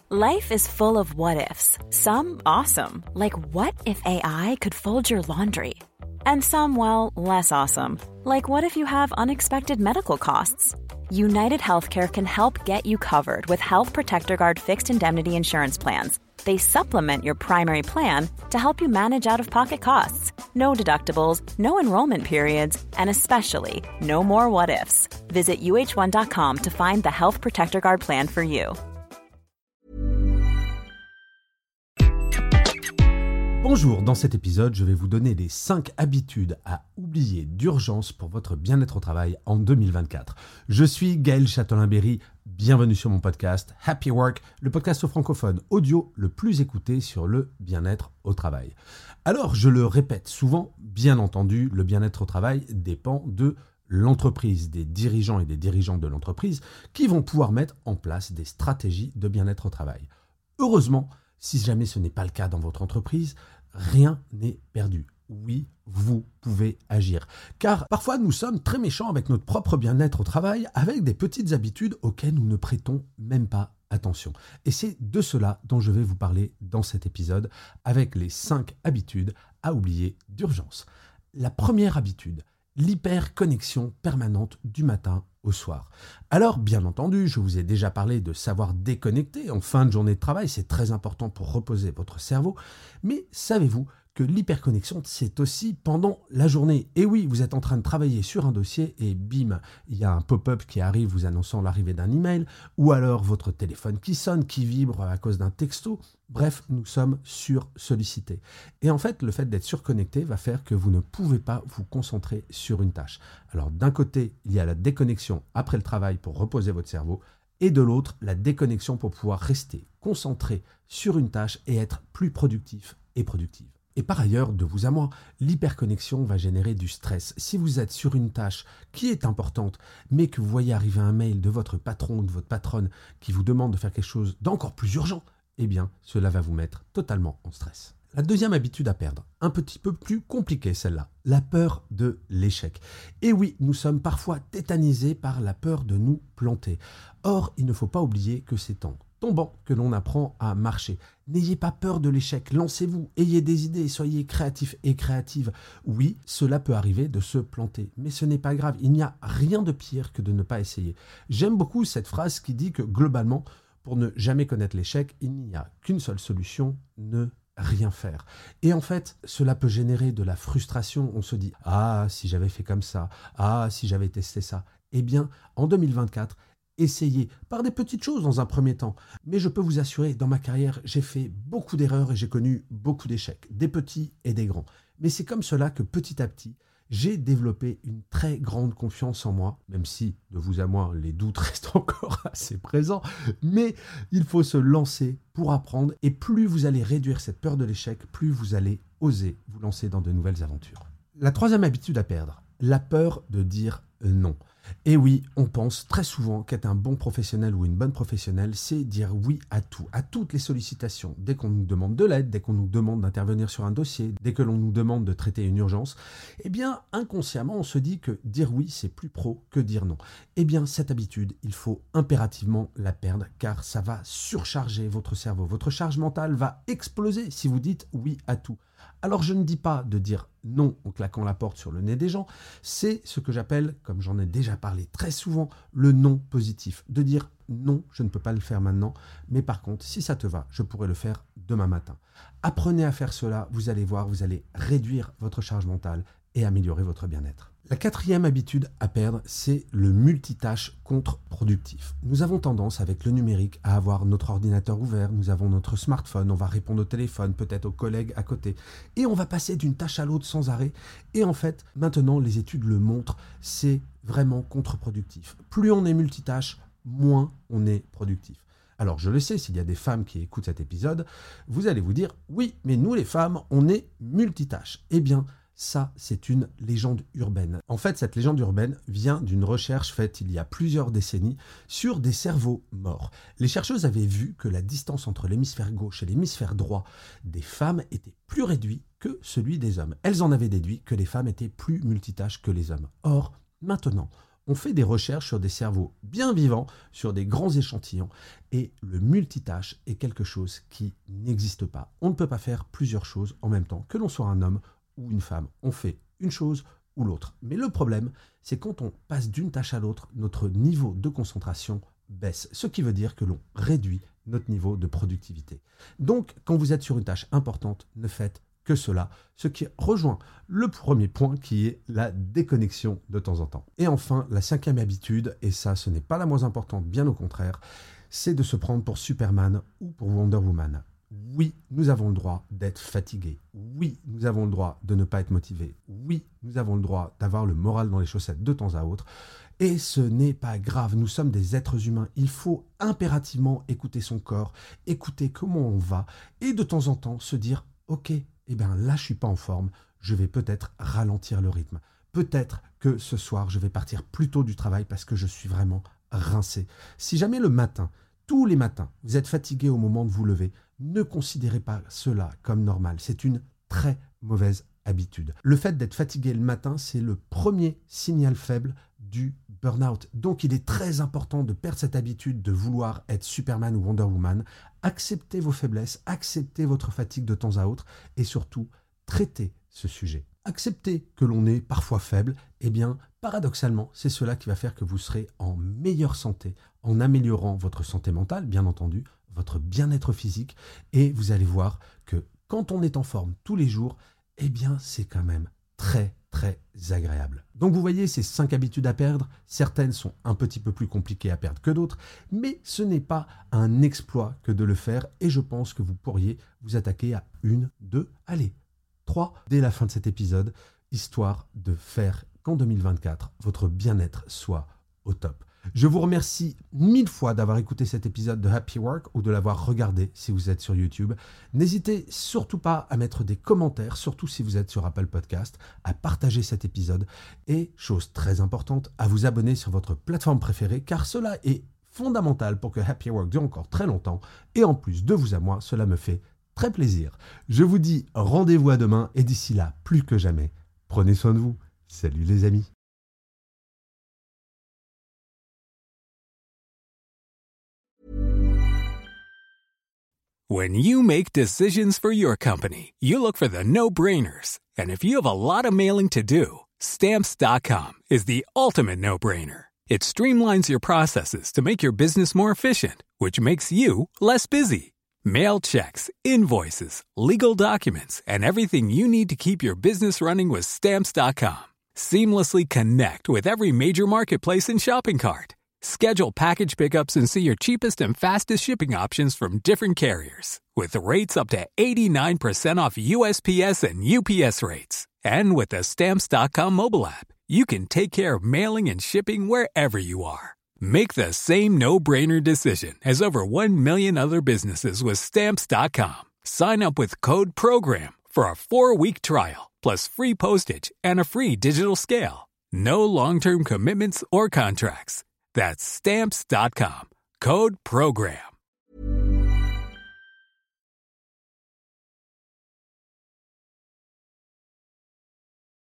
Life is full of what-ifs. Some awesome, like what if AI could fold your laundry? And some, well, less awesome, like what if you have unexpected medical costs? United Healthcare can help get you covered with Health Protector Guard fixed indemnity insurance plans. They supplement your primary plan to help you manage out-of-pocket costs. No deductibles, no enrollment periods, and especially no more what-ifs. Visit uh1.com to find the Health Protector Guard plan for you. Bonjour, dans cet épisode, je vais vous donner les 5 habitudes à oublier d'urgence pour votre bien-être au travail en 2024. Je suis Gaël Châtelain-Berry, bienvenue sur mon podcast Happy Work, le podcast francophone audio le plus écouté sur le bien-être au travail. Alors, je le répète souvent, bien entendu, le bien-être au travail dépend de l'entreprise, des dirigeants et des dirigeantes de l'entreprise qui vont pouvoir mettre en place des stratégies de bien-être au travail. Heureusement, si jamais ce n'est pas le cas dans votre entreprise, rien n'est perdu. Oui, vous pouvez agir. Car parfois, nous sommes très méchants avec notre propre bien-être au travail, avec des petites habitudes auxquelles nous ne prêtons même pas attention. Et c'est de cela dont je vais vous parler dans cet épisode, avec les 5 habitudes à oublier d'urgence. La première habitude, l'hyperconnexion permanente du matin au soir. Alors, bien entendu, je vous ai déjà parlé de savoir déconnecter en fin de journée de travail, c'est très important pour reposer votre cerveau, mais savez-vous que l'hyperconnexion, c'est aussi pendant la journée. Et oui, vous êtes en train de travailler sur un dossier et bim, il y a un pop-up qui arrive vous annonçant l'arrivée d'un email, ou alors votre téléphone qui sonne, qui vibre à cause d'un texto. Bref, nous sommes sursollicités. Et en fait, le fait d'être surconnecté va faire que vous ne pouvez pas vous concentrer sur une tâche. Alors d'un côté, il y a la déconnexion après le travail pour reposer votre cerveau, et de l'autre, la déconnexion pour pouvoir rester concentré sur une tâche et être plus productif et productive. Et par ailleurs, de vous à moi, l'hyperconnexion va générer du stress. Si vous êtes sur une tâche qui est importante, mais que vous voyez arriver un mail de votre patron ou de votre patronne qui vous demande de faire quelque chose d'encore plus urgent, eh bien, cela va vous mettre totalement en stress. La deuxième habitude à perdre, un petit peu plus compliquée celle-là, la peur de l'échec. Et oui, nous sommes parfois tétanisés par la peur de nous planter. Or, il ne faut pas oublier que c'est en tombant que l'on apprend à marcher. N'ayez pas peur de l'échec, lancez-vous, ayez des idées, soyez créatifs et créatives. Oui, cela peut arriver de se planter, mais ce n'est pas grave, il n'y a rien de pire que de ne pas essayer. J'aime beaucoup cette phrase qui dit que globalement, pour ne jamais connaître l'échec, il n'y a qu'une seule solution, ne rien faire. Et en fait, cela peut générer de la frustration. On se dit « Ah, si j'avais fait comme ça, ah, si j'avais testé ça ». Eh bien, en 2024, essayez par des petites choses dans un premier temps. Mais je peux vous assurer, dans ma carrière, j'ai fait beaucoup d'erreurs et j'ai connu beaucoup d'échecs, des petits et des grands. Mais c'est comme cela que petit à petit, j'ai développé une très grande confiance en moi, même si, de vous à moi, les doutes restent encore assez présents. Mais il faut se lancer pour apprendre. Et plus vous allez réduire cette peur de l'échec, plus vous allez oser vous lancer dans de nouvelles aventures. La troisième habitude à perdre, la peur de dire non. Et oui, on pense très souvent qu'être un bon professionnel ou une bonne professionnelle, c'est dire oui à tout, à toutes les sollicitations. Dès qu'on nous demande de l'aide, dès qu'on nous demande d'intervenir sur un dossier, dès que l'on nous demande de traiter une urgence, eh bien, inconsciemment, on se dit que dire oui, c'est plus pro que dire non. Eh bien, cette habitude, il faut impérativement la perdre, car ça va surcharger votre cerveau. Votre charge mentale va exploser si vous dites oui à tout. Alors, je ne dis pas de dire non en claquant la porte sur le nez des gens, c'est ce que j'appelle, comme j'en ai déjà parlé très souvent, le non positif. De dire non, je ne peux pas le faire maintenant, mais par contre, si ça te va, je pourrais le faire demain matin. Apprenez à faire cela, vous allez voir, vous allez réduire votre charge mentale et améliorer votre bien-être. La quatrième habitude à perdre, c'est le multitâche contre-productif. Nous avons tendance, avec le numérique, à avoir notre ordinateur ouvert, nous avons notre smartphone, on va répondre au téléphone, peut-être aux collègues à côté, et on va passer d'une tâche à l'autre sans arrêt. Et en fait, maintenant, les études le montrent, c'est vraiment contre-productif. Plus on est multitâche, moins on est productif. Alors, je le sais, s'il y a des femmes qui écoutent cet épisode, vous allez vous dire, oui, mais nous les femmes, on est multitâche. Eh bien, ça, c'est une légende urbaine. En fait, cette légende urbaine vient d'une recherche faite il y a plusieurs décennies sur des cerveaux morts. Les chercheuses avaient vu que la distance entre l'hémisphère gauche et l'hémisphère droit des femmes était plus réduite que celui des hommes. Elles en avaient déduit que les femmes étaient plus multitâches que les hommes. Or, maintenant, On fait des recherches sur des cerveaux bien vivants, sur des grands échantillons, et le multitâche est quelque chose qui n'existe pas. On ne peut pas faire plusieurs choses en même temps, que l'on soit un homme ou une femme. On fait une chose ou l'autre. Mais le problème, c'est quand on passe d'une tâche à l'autre, notre niveau de concentration baisse, ce qui veut dire que l'on réduit notre niveau de productivité. Donc, quand vous êtes sur une tâche importante, ne faites que cela, ce qui rejoint le premier point qui est la déconnexion de temps en temps. Et enfin, la 5e habitude, et ça ce n'est pas la moins importante, bien au contraire, c'est de se prendre pour Superman ou pour Wonder Woman. Oui, nous avons le droit d'être fatigués. Oui, nous avons le droit de ne pas être motivés. Oui, nous avons le droit d'avoir le moral dans les chaussettes de temps à autre. Et ce n'est pas grave, nous sommes des êtres humains. Il faut impérativement écouter son corps, écouter comment on va, et de temps en temps se dire « Ok, eh bien là je suis pas en forme, je vais peut-être ralentir le rythme. Peut-être que ce soir je vais partir plus tôt du travail parce que je suis vraiment rincé. » Si jamais le matin, tous les matins, vous êtes fatigué au moment de vous lever, ne considérez pas cela comme normal. C'est une très mauvaise habitude. Le fait d'être fatigué le matin, c'est le premier signal faible du burn-out. Donc il est très important de perdre cette habitude de vouloir être Superman ou Wonder Woman. Acceptez vos faiblesses, acceptez votre fatigue de temps à autre et surtout, traitez ce sujet. Acceptez que l'on est parfois faible, eh bien, paradoxalement, c'est cela qui va faire que vous serez en meilleure santé, en améliorant votre santé mentale, bien entendu, votre bien-être physique, et vous allez voir que quand on est en forme tous les jours, eh bien, c'est quand même très, très agréable. Donc vous voyez, ces 5 habitudes à perdre, certaines sont un petit peu plus compliquées à perdre que d'autres, mais ce n'est pas un exploit que de le faire, et je pense que vous pourriez vous attaquer à 1, 2, allez, 3 dès la fin de cet épisode, histoire de faire qu'en 2024, votre bien-être soit au top. Je vous remercie 1000 fois d'avoir écouté cet épisode de Happy Work ou de l'avoir regardé si vous êtes sur YouTube. N'hésitez surtout pas à mettre des commentaires, surtout si vous êtes sur Apple Podcast, à partager cet épisode et, chose très importante, à vous abonner sur votre plateforme préférée car cela est fondamental pour que Happy Work dure encore très longtemps et en plus de vous à moi, cela me fait très plaisir. Je vous dis rendez-vous à demain et d'ici là, plus que jamais, prenez soin de vous. Salut les amis. When you make decisions for your company, you look for the no-brainers. And if you have a lot of mailing to do, Stamps.com is the ultimate no-brainer. It streamlines your processes to make your business more efficient, which makes you less busy. Mail checks, invoices, legal documents, and everything you need to keep your business running with Stamps.com. Seamlessly connect with every major marketplace and shopping cart. Schedule package pickups and see your cheapest and fastest shipping options from different carriers. With rates up to 89% off USPS and UPS rates. And with the Stamps.com mobile app, you can take care of mailing and shipping wherever you are. Make the same no-brainer decision as over 1 million other businesses with Stamps.com. Sign up with code PROGRAM for a 4-week trial, plus free postage and a free digital scale. No long-term commitments or contracts. That's Stamps.com. Code PROGRAM.